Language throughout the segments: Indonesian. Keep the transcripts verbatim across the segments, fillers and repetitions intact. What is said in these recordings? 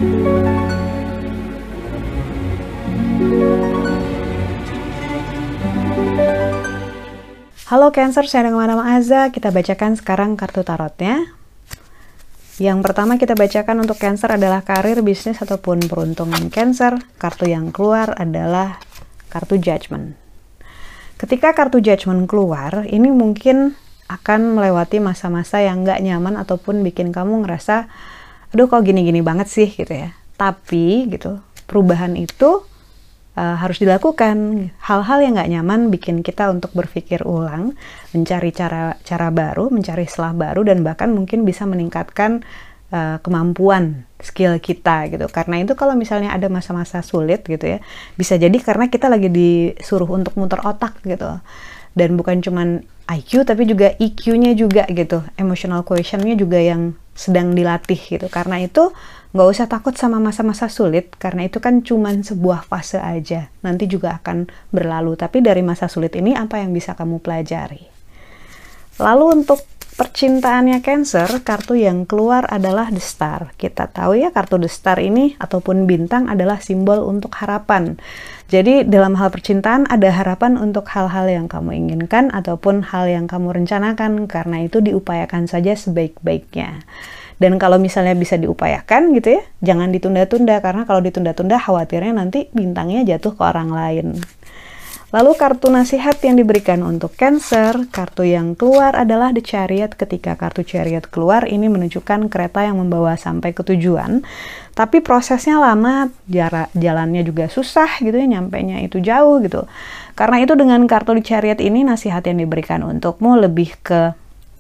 Halo Cancer, saya dengan Madam Aza. Kita bacakan sekarang kartu tarotnya. Yang pertama kita bacakan untuk Cancer adalah karir, bisnis, ataupun peruntungan Cancer. Kartu yang keluar adalah kartu Judgment. Ketika kartu Judgment keluar, ini mungkin akan melewati masa-masa yang nggak nyaman ataupun bikin kamu ngerasa, aduh kok gini-gini banget sih gitu ya. Tapi gitu, perubahan itu Uh, harus dilakukan. Hal-hal yang nggak nyaman bikin kita untuk berpikir ulang, mencari cara cara baru, mencari celah baru, dan bahkan mungkin bisa meningkatkan uh, kemampuan skill kita gitu. Karena itu kalau misalnya ada masa-masa sulit gitu ya, bisa jadi karena kita lagi disuruh untuk muter otak gitu. Dan bukan cuman I Q tapi juga E Q-nya juga gitu, emotional quotient-nya juga yang sedang dilatih gitu. Karena itu nggak usah takut sama masa-masa sulit, karena itu kan cuman sebuah fase aja, nanti juga akan berlalu. Tapi dari masa sulit ini apa yang bisa kamu pelajari? Lalu untuk percintaannya Cancer, kartu yang keluar adalah The Star. Kita tahu ya, kartu The Star ini ataupun bintang adalah simbol untuk harapan. Jadi dalam hal percintaan ada harapan untuk hal-hal yang kamu inginkan ataupun hal yang kamu rencanakan, karena itu diupayakan saja sebaik-baiknya. Dan kalau misalnya bisa diupayakan gitu ya, jangan ditunda-tunda, karena kalau ditunda-tunda khawatirnya nanti bintangnya jatuh ke orang lain. Lalu kartu nasihat yang diberikan untuk Cancer, kartu yang keluar adalah The Chariot. Ketika kartu Chariot keluar, ini menunjukkan kereta yang membawa sampai ke tujuan. Tapi prosesnya lama, jarak jalannya juga susah gitu ya, nyampenya itu jauh gitu. Karena itu dengan kartu The Chariot ini, nasihat yang diberikan untukmu lebih ke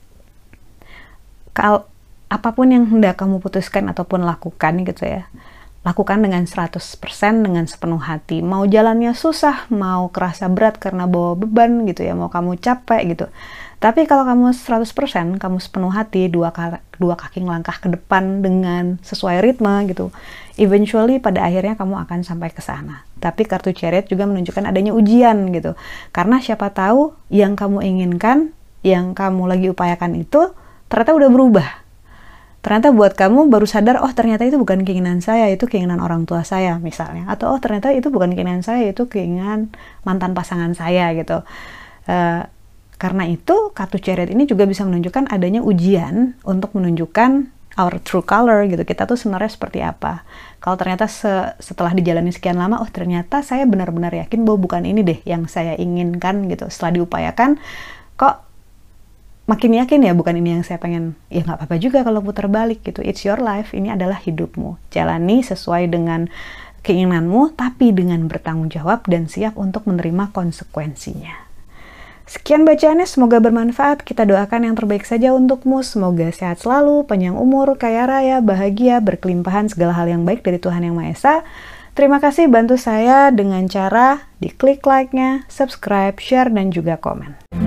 kal apapun yang hendak kamu putuskan ataupun lakukan gitu ya, lakukan dengan seratus persen, dengan sepenuh hati. Mau jalannya susah, mau kerasa berat karena bawa beban gitu ya, mau kamu capek gitu. Tapi kalau kamu seratus persen, kamu sepenuh hati, dua, dua kaki ngelangkah ke depan dengan sesuai ritme gitu, eventually pada akhirnya kamu akan sampai ke sana. Tapi kartu Chariot juga menunjukkan adanya ujian gitu. Karena siapa tahu yang kamu inginkan, yang kamu lagi upayakan itu ternyata udah berubah. Ternyata buat kamu baru sadar, oh ternyata itu bukan keinginan saya, itu keinginan orang tua saya misalnya. Atau oh ternyata itu bukan keinginan saya, itu keinginan mantan pasangan saya gitu. Uh, karena itu kartu Chariot ini juga bisa menunjukkan adanya ujian untuk menunjukkan our true color gitu. Kita tuh sebenarnya seperti apa. Kalau ternyata se setelah dijalani sekian lama, oh ternyata saya benar-benar yakin bahwa bukan ini deh yang saya inginkan gitu. Setelah diupayakan, kok makin yakin ya bukan ini yang saya pengen. Ya nggak apa-apa juga kalau putar balik gitu. It's your life, ini adalah hidupmu. Jalani sesuai dengan keinginanmu, tapi dengan bertanggung jawab dan siap untuk menerima konsekuensinya. Sekian bacaannya, semoga bermanfaat. Kita doakan yang terbaik saja untukmu. Semoga sehat selalu, panjang umur, kaya raya, bahagia, berkelimpahan segala hal yang baik dari Tuhan Yang Maha Esa. Terima kasih bantu saya dengan cara diklik like-nya, subscribe, share, dan juga komen.